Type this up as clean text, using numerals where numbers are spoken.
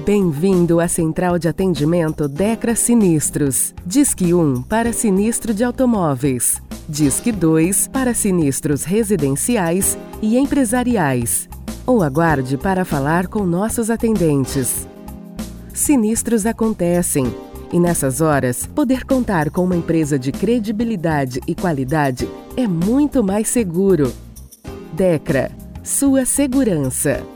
Bem-vindo à Central de Atendimento Decra Sinistros. Disque 1 para sinistro de automóveis. Disque 2 para sinistros residenciais e empresariais. Ou aguarde para falar com nossos atendentes. Sinistros acontecem. E nessas horas, poder contar com uma empresa de credibilidade e qualidade é muito mais seguro. Decra, sua segurança.